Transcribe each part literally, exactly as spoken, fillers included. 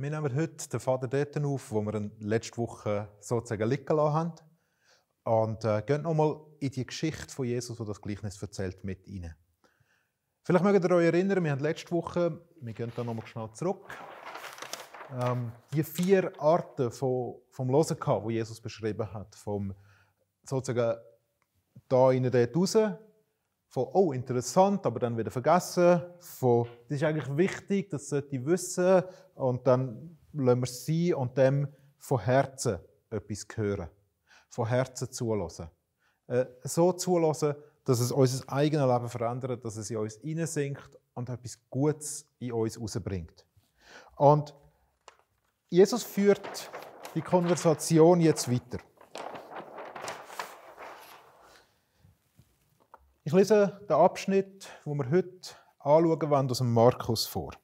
Wir nehmen heute den Vater dort auf, wo wir ihn letzte Woche sozusagen liegen lassen haben. Und äh, gehen nochmal in die Geschichte von Jesus, die das Gleichnis erzählt, mit rein. Vielleicht mögt ihr euch erinnern, wir haben letzte Woche, wir gehen da nochmal schnell zurück, ähm, die vier Arten von, vom Hören gehabt, die Jesus beschrieben hat. Vom sozusagen da rein, dort raus, von «oh, interessant», aber dann wieder vergessen, von «das ist eigentlich wichtig, das sollte ich wissen» und dann lassen wir es sein und dem von Herzen etwas hören. Von Herzen zulassen. Äh, so zulassen, dass es unser eigenes Leben verändert, dass es in uns hineinsinkt und etwas Gutes in uns herausbringt. Und Jesus führt die Konversation jetzt weiter. Ich lese den Abschnitt, den wir heute anschauen wollen, aus dem Markus vor.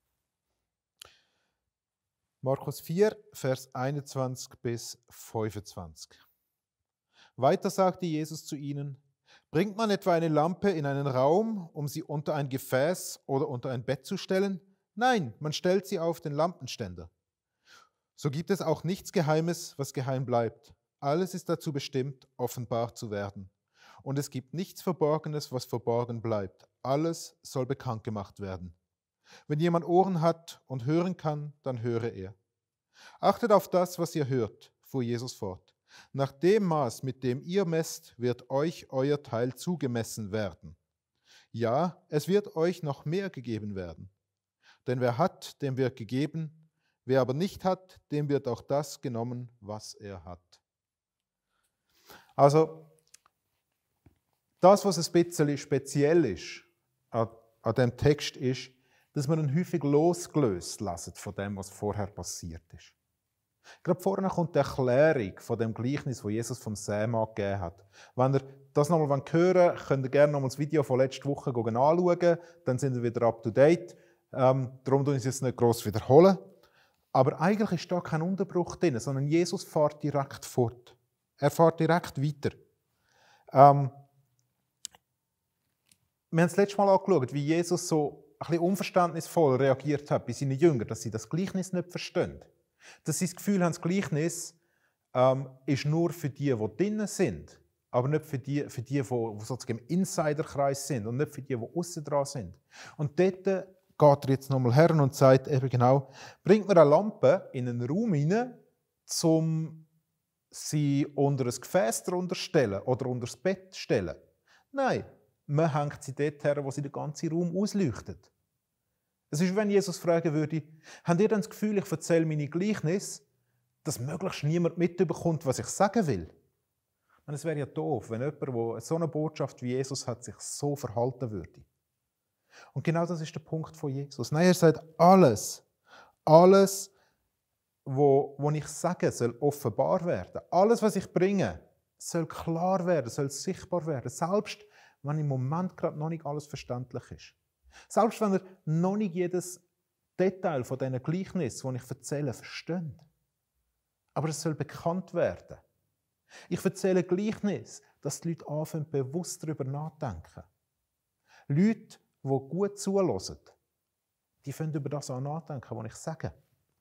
Markus vier, Vers einundzwanzig bis fünfundzwanzig. Weiter sagte Jesus zu ihnen: Bringt man etwa eine Lampe in einen Raum, um sie unter ein Gefäß oder unter ein Bett zu stellen? Nein, man stellt sie auf den Lampenständer. So gibt es auch nichts Geheimes, was geheim bleibt. Alles ist dazu bestimmt, offenbar zu werden. Und es gibt nichts Verborgenes, was verborgen bleibt. Alles soll bekannt gemacht werden. Wenn jemand Ohren hat und hören kann, dann höre er. Achtet auf das, was ihr hört, fuhr Jesus fort. Nach dem Maß, mit dem ihr messt, wird euch euer Teil zugemessen werden. Ja, es wird euch noch mehr gegeben werden. Denn wer hat, dem wird gegeben. Wer aber nicht hat, dem wird auch das genommen, was er hat. Also, das, was ein bisschen speziell ist an, an diesem Text, ist, dass wir ihn häufig losgelöst lesen von dem, was vorher passiert ist. Gerade vorne kommt die Erklärung von dem Gleichnis, das Jesus vom Sämann gegeben hat. Wenn ihr das nochmal hören wollt, könnt ihr gerne nochmal das Video von letzter Woche anschauen, dann sind wir wieder up to date. Ähm, darum tun ich es jetzt nicht gross wiederholen. Aber eigentlich ist da kein Unterbruch drin, sondern Jesus fährt direkt fort. Er fährt direkt weiter. Ähm, Wir haben das letzte Mal angeschaut, wie Jesus so ein bisschen unverständnisvoll reagiert hat bei seinen Jüngern, dass sie das Gleichnis nicht verstehen. Dass sie das Gefühl haben, das Gleichnis ähm, ist nur für die, die drinnen sind, aber nicht für die, für die, die sozusagen im Insiderkreis sind und nicht für die, die aussen dran sind. Und dort geht er jetzt nochmal her und sagt eben genau, bringt mir eine Lampe in einen Raum hinein, um sie unter ein Gefäß drunter stellen oder unter das Bett stellen. Nein. Man hängt sie dort her, wo sie den ganzen Raum ausleuchtet. Es ist, wenn Jesus fragen würde, habt ihr dann das Gefühl, ich erzähle meine Gleichnis, dass möglichst niemand mitbekommt, was ich sagen will? Es wäre ja doof, wenn jemand, der so eine Botschaft wie Jesus hat, sich so verhalten würde. Und genau das ist der Punkt von Jesus. Nein, er sagt, alles, alles, wo, wo ich sage, soll offenbar werden. Alles, was ich bringe, soll klar werden, soll sichtbar werden. Selbst wenn im Moment gerade noch nicht alles verständlich ist. Selbst wenn ihr noch nicht jedes Detail von diesen Gleichnissen, die ich erzähle, versteht. Aber es soll bekannt werden. Ich erzähle Gleichnis, dass die Leute anfangen, bewusst darüber nachdenken. Leute, die gut zuhören, die fangen über das an nachdenken, was ich sage.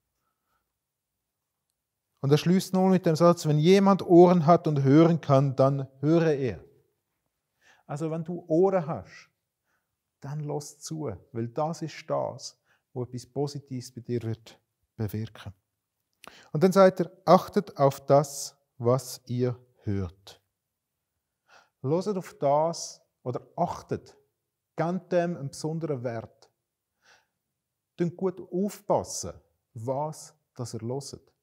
Und er schließt nun mit dem Satz, wenn jemand Ohren hat und hören kann, dann höre er. Also wenn du Ohren hast, dann lass zu, weil das ist das, was etwas Positives bei dir wird bewirken. Und dann sagt er, achtet auf das, was ihr hört. Hört auf das oder achtet, gebt dem einen besonderen Wert. Tut gut aufpassen, was das ihr hört.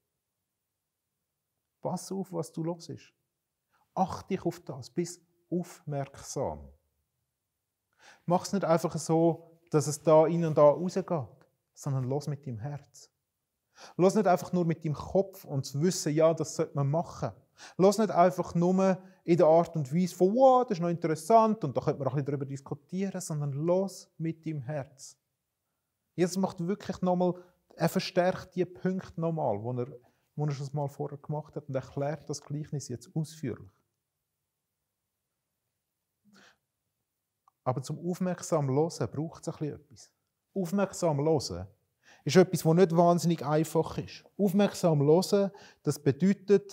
Pass auf, was du hörst. Achte dich auf das, bis aufmerksam. Mach es nicht einfach so, dass es da rein und da rausgeht, sondern los mit deinem Herz. Los nicht einfach nur mit deinem Kopf und zu wissen, ja, das sollte man machen. Los nicht einfach nur in der Art und Weise von, wow, das ist noch interessant und da könnte man auch ein bisschen darüber diskutieren, sondern los mit deinem Herz. Jesus macht wirklich nochmal, er verstärkt die Punkte nochmal, wo er, wo er schon mal vorher gemacht hat und erklärt das Gleichnis jetzt ausführlich. Aber zum aufmerksam Hören braucht es ein bisschen etwas. Aufmerksam Hören ist etwas, das nicht wahnsinnig einfach ist. Aufmerksam hören, das bedeutet,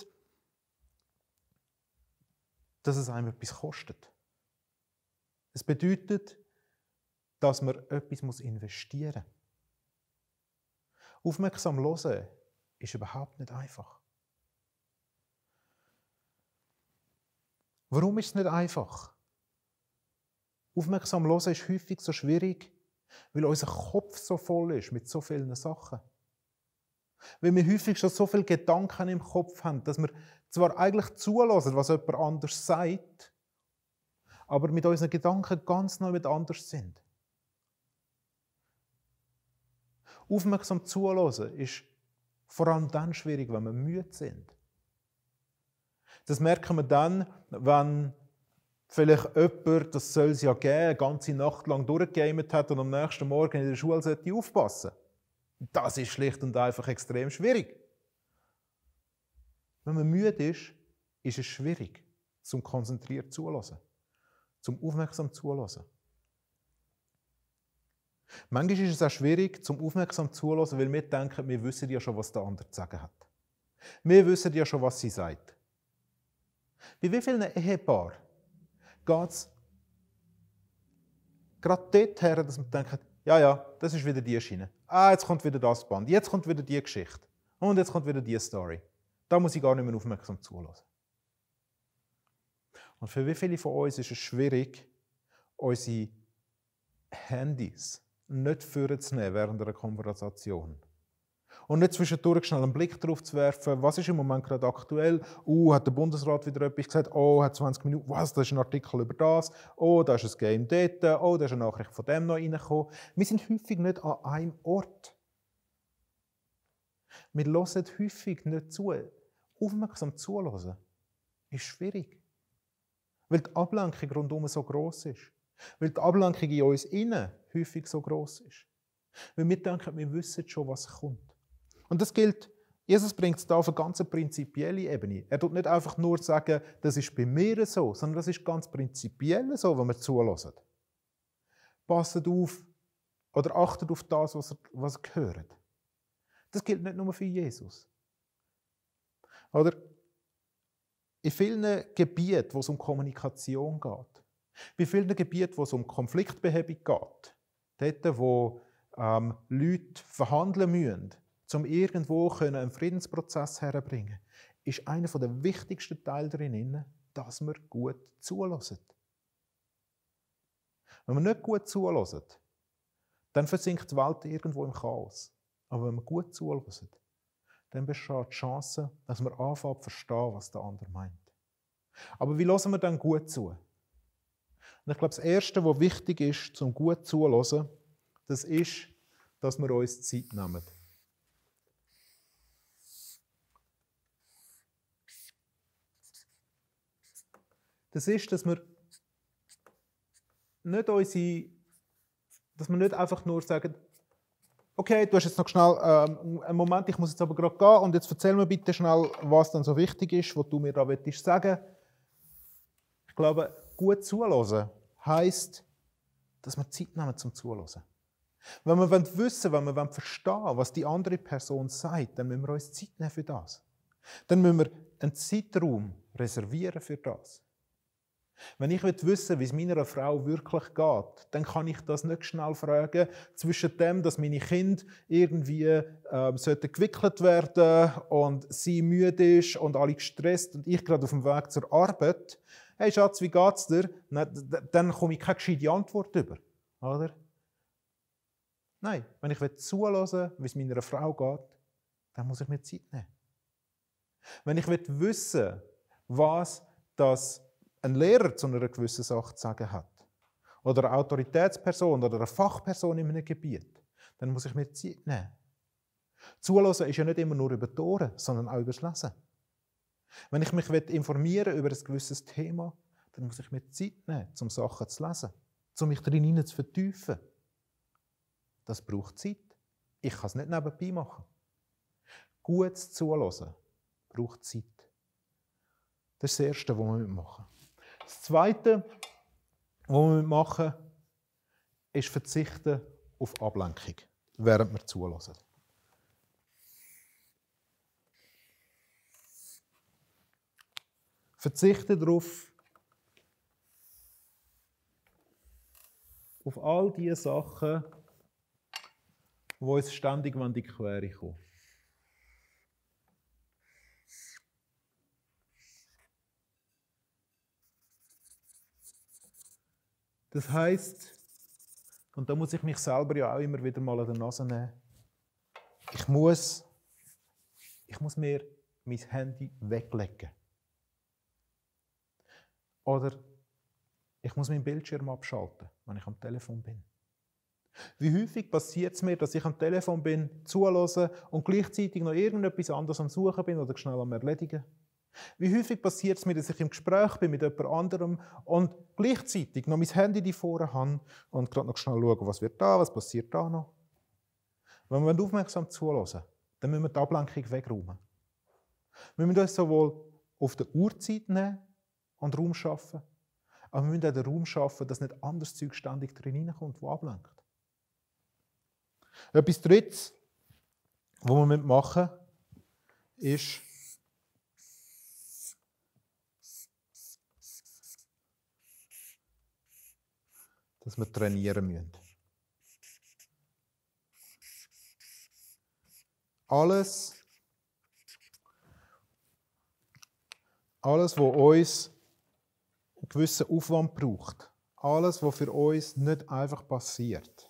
dass es einem etwas kostet. Es bedeutet, dass man etwas investieren muss. Aufmerksam hören ist überhaupt nicht einfach. Warum ist es nicht einfach? Aufmerksam hören ist häufig so schwierig, weil unser Kopf so voll ist mit so vielen Sachen. Weil wir häufig schon so viele Gedanken im Kopf haben, dass wir zwar eigentlich zulassen, was jemand anders sagt, aber mit unseren Gedanken ganz noch mit anders sind. Aufmerksam zuhören ist vor allem dann schwierig, wenn wir müde sind. Das merken wir dann, wenn vielleicht jemand, das soll es ja geben, eine ganze Nacht lang durchgegamet hat und am nächsten Morgen in der Schule sollte aufpassen. Das ist schlicht und einfach extrem schwierig. Wenn man müde ist, ist es schwierig, zum konzentriert zuhören, zum aufmerksam zuhören. Manchmal ist es auch schwierig, zum aufmerksam zuhören, weil wir denken, wir wissen ja schon, was der andere zu sagen hat. Wir wissen ja schon, was sie sagt. Bei wie vielen Ehepaaren geht es gerade dort her, dass man denkt, ja, ja, das ist wieder die Schiene. Ah, jetzt kommt wieder das Band, jetzt kommt wieder die Geschichte. Und jetzt kommt wieder die Story. Da muss ich gar nicht mehr aufmerksam zuhören. Und für wie viele von uns ist es schwierig, unsere Handys nicht vorzunehmen während einer Konversation. Und nicht zwischendurch schnell einen Blick darauf zu werfen, was ist im Moment gerade aktuell. Oh, hat der Bundesrat wieder etwas gesagt? Oh, hat zwanzig Minuten. Was, da ist ein Artikel über das. Oh, da ist ein Game dort. Oh, da ist eine Nachricht von dem noch reingekommen. Wir sind häufig nicht an einem Ort. Wir hören häufig nicht zu. Aufmerksam zuhören ist schwierig. Weil die Ablenkung rundherum so gross ist. Weil die Ablenkung in uns innen häufig so gross ist. Weil wir denken, wir wissen schon, was kommt. Und das gilt, Jesus bringt es da auf eine ganz prinzipielle Ebene. Er tut nicht einfach nur sagen, das ist bei mir so, sondern das ist ganz prinzipiell so, wenn wir zuhören. Passt auf oder achtet auf das, was ihr, was ihr hört. Das gilt nicht nur für Jesus. Oder in vielen Gebieten, wo es um Kommunikation geht, bei vielen Gebieten, wo es um Konfliktbehebung geht, dort, wo ähm, Leute verhandeln müssen, um irgendwo einen Friedensprozess herzubringen, ist einer der wichtigsten Teile darin, dass wir gut zuhören. Wenn wir nicht gut zuhören, dann versinkt die Welt irgendwo im Chaos. Aber wenn wir gut zuhören, dann besteht die Chance, dass wir anfangen zu verstehen, was der andere meint. Aber wie hören wir dann gut zu? Und ich glaube, das Erste, was wichtig ist, zum gut zuhören, das ist, dass wir uns Zeit nehmen. Das ist, dass wir nicht unsere, dass wir nicht einfach nur sagen, okay, du hast jetzt noch schnell ähm, einen Moment, ich muss jetzt aber gerade gehen und jetzt erzähl mir bitte schnell, was dann so wichtig ist, was du mir da willst sagen. Ich glaube, gut zuhören heisst, dass wir Zeit nehmen zum Zuhören. Wenn wir wissen wollen, wenn wir verstehen wollen, was die andere Person sagt, dann müssen wir uns Zeit nehmen für das. Dann müssen wir einen Zeitraum reservieren für das. Wenn ich wissen will, wie es meiner Frau wirklich geht, dann kann ich das nicht schnell fragen, zwischen dem, dass meine Kinder irgendwie äh, gewickelt werden und sie müde ist und alle gestresst und ich gerade auf dem Weg zur Arbeit. Hey Schatz, wie geht's dir? Dann komme ich keine gescheite Antwort über. Oder? Nein, wenn ich zuhören will, wie es meiner Frau geht, dann muss ich mir Zeit nehmen. Wenn ich wissen will, was das ein Lehrer zu einer gewissen Sache zu sagen hat, oder eine Autoritätsperson oder eine Fachperson in einem Gebiet, dann muss ich mir Zeit nehmen. Zuhören ist ja nicht immer nur über die Ohren, sondern auch über das Lesen. Wenn ich mich informieren will über ein gewisses Thema, dann muss ich mir Zeit nehmen, um Sachen zu lesen, um mich darin zu vertiefen. Das braucht Zeit. Ich kann es nicht nebenbei machen. Gutes Zuhören braucht Zeit. Das ist das Erste, was wir machen. Das Zweite, was wir machen, ist verzichten auf Ablenkung, während wir zuhören. Verzichte darauf, auf all diese Sachen, die uns ständig in die Quere kommen. Das heisst, und da muss ich mich selber ja auch immer wieder mal an die Nase nehmen, ich muss, ich muss mir mein Handy weglegen. Oder ich muss meinen Bildschirm abschalten, wenn ich am Telefon bin. Wie häufig passiert es mir, dass ich am Telefon bin, zuhöre und gleichzeitig noch irgendetwas anderes am Suchen bin oder schnell am Erledigen? Wie häufig passiert es mir, dass ich im Gespräch bin mit jemand anderem und gleichzeitig noch mein Handy die vorne habe und gerade noch schnell schauen, was wird da, was passiert da noch? Wenn wir aufmerksam zuhören, dann müssen wir die Ablenkung wegräumen. Wir müssen uns sowohl auf der Uhrzeit nehmen und Raum schaffen, aber wir müssen auch den Raum schaffen, dass nicht anderes Zeug ständig drin reinkommt, das ablenkt. Etwas Drittes, was wir machen müssen, ist, dass wir trainieren müssen. Alles, alles, was uns einen gewissen Aufwand braucht, alles, was für uns nicht einfach passiert,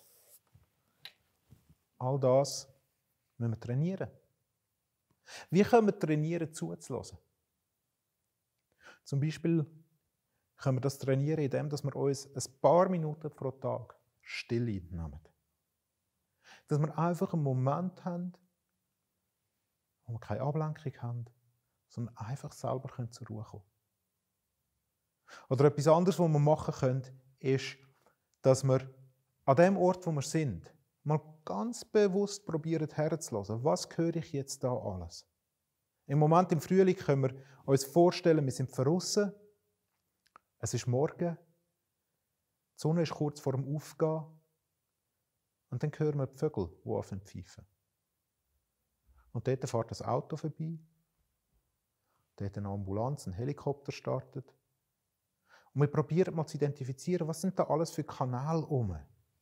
all das müssen wir trainieren. Wie können wir trainieren, zuzulassen? Zum Beispiel können wir das trainieren, indem wir uns ein paar Minuten pro Tag Stille nehmen. Dass wir einfach einen Moment haben, wo wir keine Ablenkung haben, sondern einfach selber zur Ruhe kommen können. Oder etwas anderes, was wir machen können, ist, dass wir an dem Ort, wo wir sind, mal ganz bewusst probieren herzuhören. Was höre ich jetzt da alles? Im Moment im Frühling können wir uns vorstellen, wir sind draussen. Es ist Morgen, die Sonne ist kurz vor dem Aufgehen und dann hören wir die Vögel, die anfangen zu pfeifen. Und dort fährt das Auto vorbei, dort eine Ambulanz, ein Helikopter startet. Und wir probieren mal zu identifizieren, was sind da alles für Kanäle herum.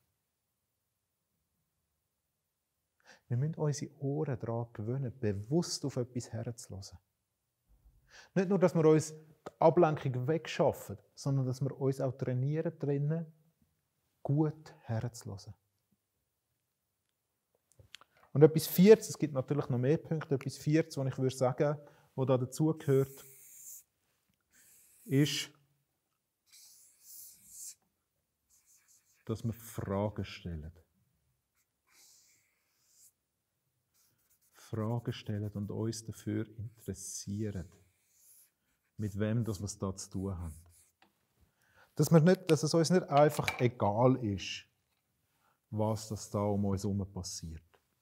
Wir müssen unsere Ohren daran gewöhnen, bewusst auf etwas herzuhören. Nicht nur, dass wir uns die Ablenkung wegschaffen, sondern dass wir uns auch trainieren, drinnen gut herzuhören. Und etwas Viertes, es gibt natürlich noch mehr Punkte, etwas Viertes, was ich würde sagen, was da dazugehört, ist, dass wir Fragen stellen. Fragen stellen und uns dafür interessieren, mit wem das wir es da zu tun haben. Dass, wir nicht, dass es uns nicht einfach egal ist, was das da um uns herum passiert.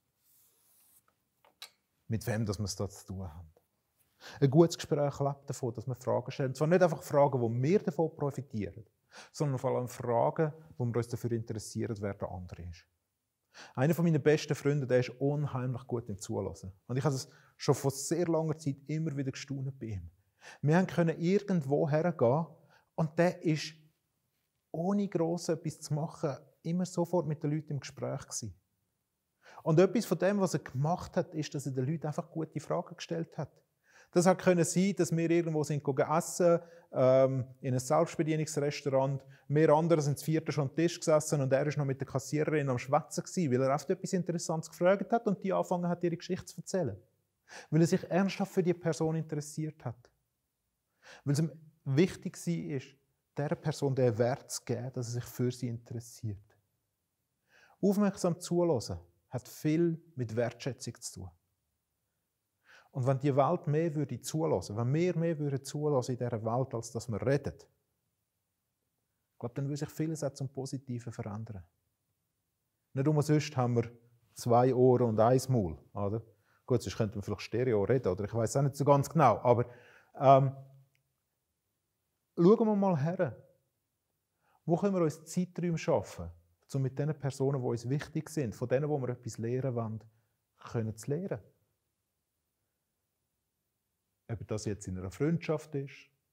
Mit wem das wir es da zu tun haben. Ein gutes Gespräch lebt davon, dass wir Fragen stellen. Und zwar nicht einfach Fragen, wo wir davon profitieren, sondern vor allem Fragen, wo wir uns dafür interessieren, wer der andere ist. Einer meiner besten Freunde, der ist unheimlich gut im Zuhören. Und ich habe es schon vor sehr langer Zeit immer wieder gestaunt bei ihm. Wir können irgendwo hergehen und der ist ohne gross etwas zu machen, immer sofort mit den Leuten im Gespräch gewesen. Und etwas von dem, was er gemacht hat, ist, dass er den Leuten einfach gute Fragen gestellt hat. Das hat können sein, dass wir irgendwo sind essen, ähm, in einem Selbstbedienungsrestaurant. Wir anderen sind zu vierten schon am Tisch gesessen und er war noch mit der Kassiererin am Schwätzen gewesen, weil er oft etwas Interessantes gefragt hat und die angefangen hat, ihre Geschichte zu erzählen. Weil er sich ernsthaft für die Person interessiert hat. Weil es ihm wichtig war, dieser Person den Wert zu geben, dass er sich für sie interessiert. Aufmerksam zuhören hat viel mit Wertschätzung zu tun. Und wenn die Welt mehr würde zulassen, wenn wir mehr würden zulassen in dieser Welt, als dass wir reden, ich glaube, dann würde sich vieles auch zum Positiven verändern. Nicht umsonst haben wir zwei Ohren und ein Maul, oder? Gut, sonst könnten wir vielleicht Stereo reden, oder ich weiß auch nicht so ganz genau, aber ähm, schauen wir mal her. Wo können wir uns Zeiträume schaffen, um mit den Personen, die uns wichtig sind, von denen, wo wir etwas lernen wollen, können zu lernen? Ob das jetzt in einer Freundschaft ist,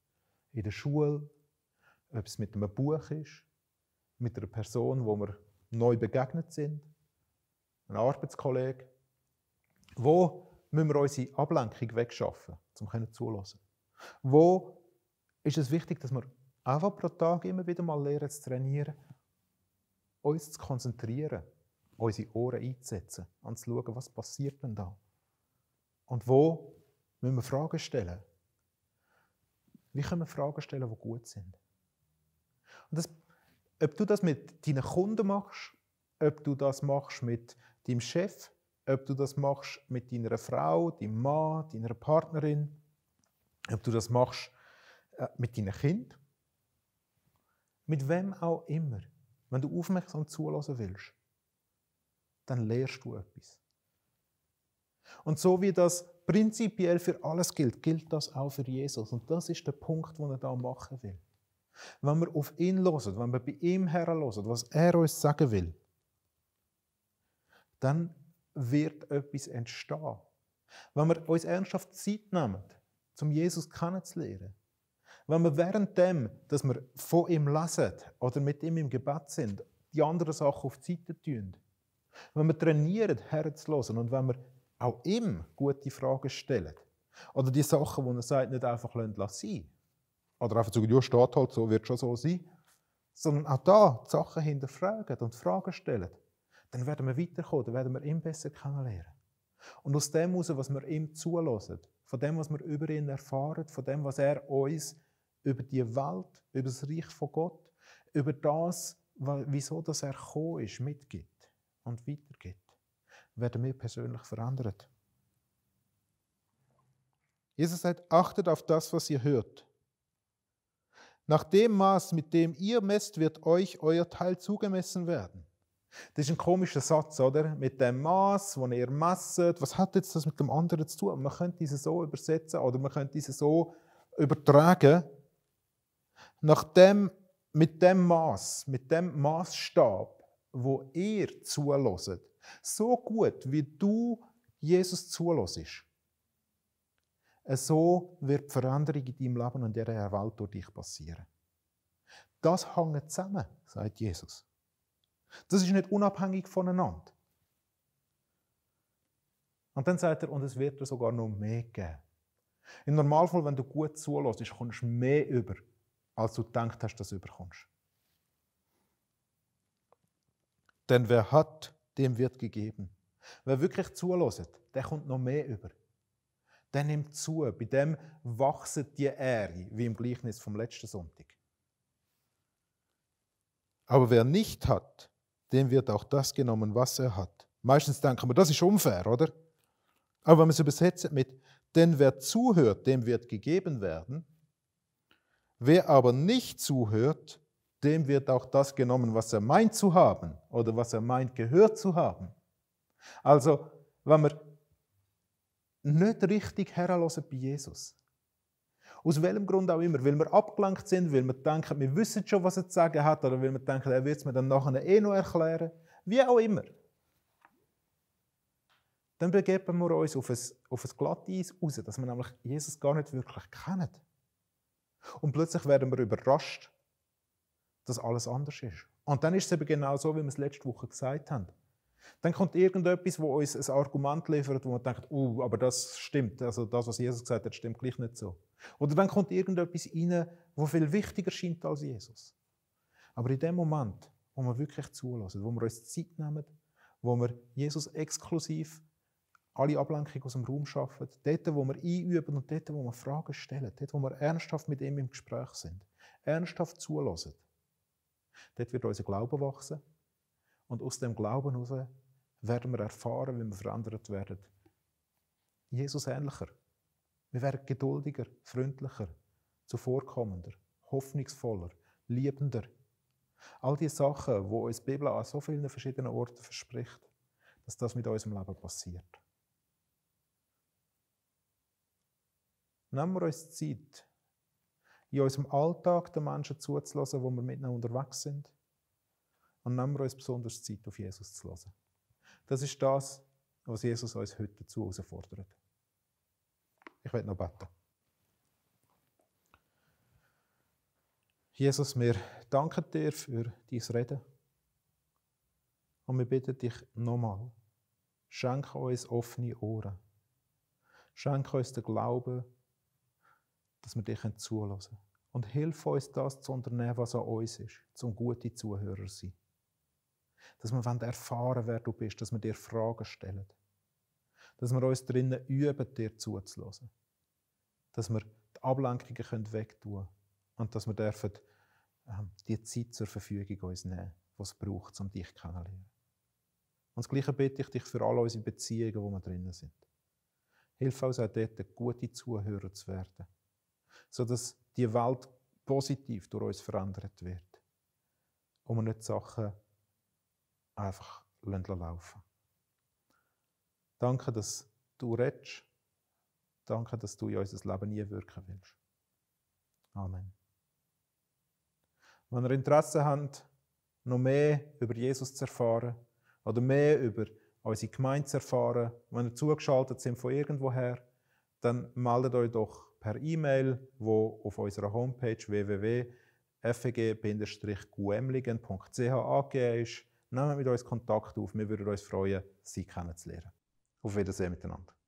in der Schule, ob es mit einem Buch ist, mit einer Person, wo wir neu begegnet sind, ein Arbeitskollege. Wo müssen wir unsere Ablenkung wegschaffen, um zuhören? Wo ist es wichtig, dass wir einfach pro Tag immer wieder mal lernen zu trainieren, uns zu konzentrieren, unsere Ohren einzusetzen, anzuschauen, was passiert denn da? Und wo müssen wir Fragen stellen? Wie können wir Fragen stellen, die gut sind? Und das, ob du das mit deinen Kunden machst, ob du das machst mit deinem Chef, ob du das machst mit deiner Frau, deinem Mann, deiner Partnerin, ob du das machst äh, mit deinen Kindern, mit wem auch immer. Wenn du aufmerksam zuhören willst, dann lernst du etwas. Und so wie das prinzipiell für alles gilt, gilt das auch für Jesus. Und das ist der Punkt, den er da machen will. Wenn wir auf ihn hören, wenn wir bei ihm herhören, was er uns sagen will, dann wird etwas entstehen. Wenn wir uns ernsthaft Zeit nehmen, um Jesus kennenzulernen, wenn wir währenddem, dass wir von ihm lesen oder mit ihm im Gebet sind, die anderen Sachen auf die Seite tun, wenn wir trainieren, herzuhören und wenn wir auch ihm gute Fragen stellen oder die Sachen, die er sagt, nicht einfach sein lassen, oder einfach sagen, ja, steht halt so, wird schon so sein, sondern auch da die Sachen hinterfragen und Fragen stellen, dann werden wir weiterkommen, dann werden wir ihn besser kennenlernen. Und aus dem heraus, was wir ihm zulassen, von dem, was wir über ihn erfahren, von dem, was er uns über die Welt, über das Reich von Gott, über das, wieso das er gekommen ist, mitgibt und weitergibt, werden wir persönlich verändert. Jesus sagt, achtet auf das, was ihr hört. Nach dem Maß, mit dem ihr messt, wird euch euer Teil zugemessen werden. Das ist ein komischer Satz, oder? Mit dem Maß, das ihr messet, was hat jetzt das mit dem anderen zu tun? Man könnte diese so übersetzen oder man könnte diese so übertragen. Nach dem, mit dem Maß, mit dem Maßstab, wo ihr zuhört, so gut wie du Jesus zuhörst, so wird die Veränderung in deinem Leben und in dieser Welt durch dich passieren. Das hängt zusammen, sagt Jesus. Das ist nicht unabhängig voneinander. Und dann sagt er, und es wird dir sogar noch mehr geben. Im Normalfall, wenn du gut zuhörst, kommst du mehr über, als du gedacht hast, dass du überkommst. Denn wer hat, dem wird gegeben. Wer wirklich zuhört, der kommt noch mehr über. Der nimmt zu. Bei dem wachsen die Ehre, wie im Gleichnis vom letzten Sonntag. Aber wer nicht hat, dem wird auch das genommen, was er hat. Meistens denken wir, das ist unfair, oder? Aber wenn man es übersetzt mit, denn wer zuhört, dem wird gegeben werden. Wer aber nicht zuhört, dem wird auch das genommen, was er meint zu haben oder was er meint gehört zu haben. Also, wenn wir nicht richtig herhören bei Jesus, aus welchem Grund auch immer, weil wir abgelenkt sind, weil wir denken, wir wissen schon, was er zu sagen hat, oder weil wir denken, er wird es mir dann nachher eh noch erklären, wie auch immer, dann begeben wir uns auf ein, auf ein Glatteis raus, dass wir nämlich Jesus gar nicht wirklich kennen. Und plötzlich werden wir überrascht, dass alles anders ist. Und dann ist es eben genau so, wie wir es letzte Woche gesagt haben. Dann kommt irgendetwas, wo uns ein Argument liefert, wo man denkt, oh, aber das stimmt, also das, was Jesus gesagt hat, stimmt gleich nicht so. Oder dann kommt irgendetwas rein, wo viel wichtiger scheint als Jesus. Aber in dem Moment, wo wir wirklich zulassen, wo wir uns Zeit nehmen, wo wir Jesus exklusiv alle Ablenkungen aus dem Raum schaffen, dort, wo wir einüben und dort, wo wir Fragen stellen, dort, wo wir ernsthaft mit ihm im Gespräch sind, ernsthaft zulassen, dort wird unser Glaube wachsen. Und aus dem Glauben heraus werden wir erfahren, wie wir verändert werden. Jesus ähnlicher. Wir werden geduldiger, freundlicher, zuvorkommender, hoffnungsvoller, liebender. All die Sachen, die uns die Bibel an so vielen verschiedenen Orten verspricht, dass das mit unserem Leben passiert. Nehmen wir uns Zeit, in unserem Alltag den Menschen zuzulassen, wo wir mit ihnen unterwegs sind. Und nehmen wir uns besonders Zeit, auf Jesus zu hören. Das ist das, was Jesus uns heute dazu herausfordert. Ich werde noch beten. Jesus, wir danken dir für dein Reden. Und wir bitten dich nochmal, schenke uns offene Ohren. Schenke uns den Glauben, dass wir dich zulassen können. Und hilf uns, das zu unternehmen, was an uns ist, zum gute Zuhörer zu sein. Dass wir erfahren, wer du bist, dass wir dir Fragen stellen. Dass wir uns drinnen üben, dir zuzulassen. Dass wir die Ablenkungen wegtun können und dass wir dürfen, ähm, die Zeit zur Verfügung uns nehmen, die es braucht, um dich kennenzulernen. Und das Gleiche bitte ich dich für alle unsere Beziehungen, wo wir drinnen sind. Hilf uns auch dort, gute Zuhörer zu werden, sodass die Welt positiv durch uns verändert wird. Und wir nicht Sachen einfach laufen lassen. Danke, dass du redest. Danke, dass du in unser Leben nie wirken willst. Amen. Wenn ihr Interesse habt, noch mehr über Jesus zu erfahren oder mehr über unsere Gemeinde zu erfahren, wenn ihr zugeschaltet sind von irgendwoher, dann meldet euch doch per E-Mail, wo auf unserer Homepage w w w punkt f e g bindestrich guemligen punkt c h angegeben ist. Nehmt mit uns Kontakt auf, wir würden uns freuen, Sie kennenzulernen. Auf Wiedersehen miteinander.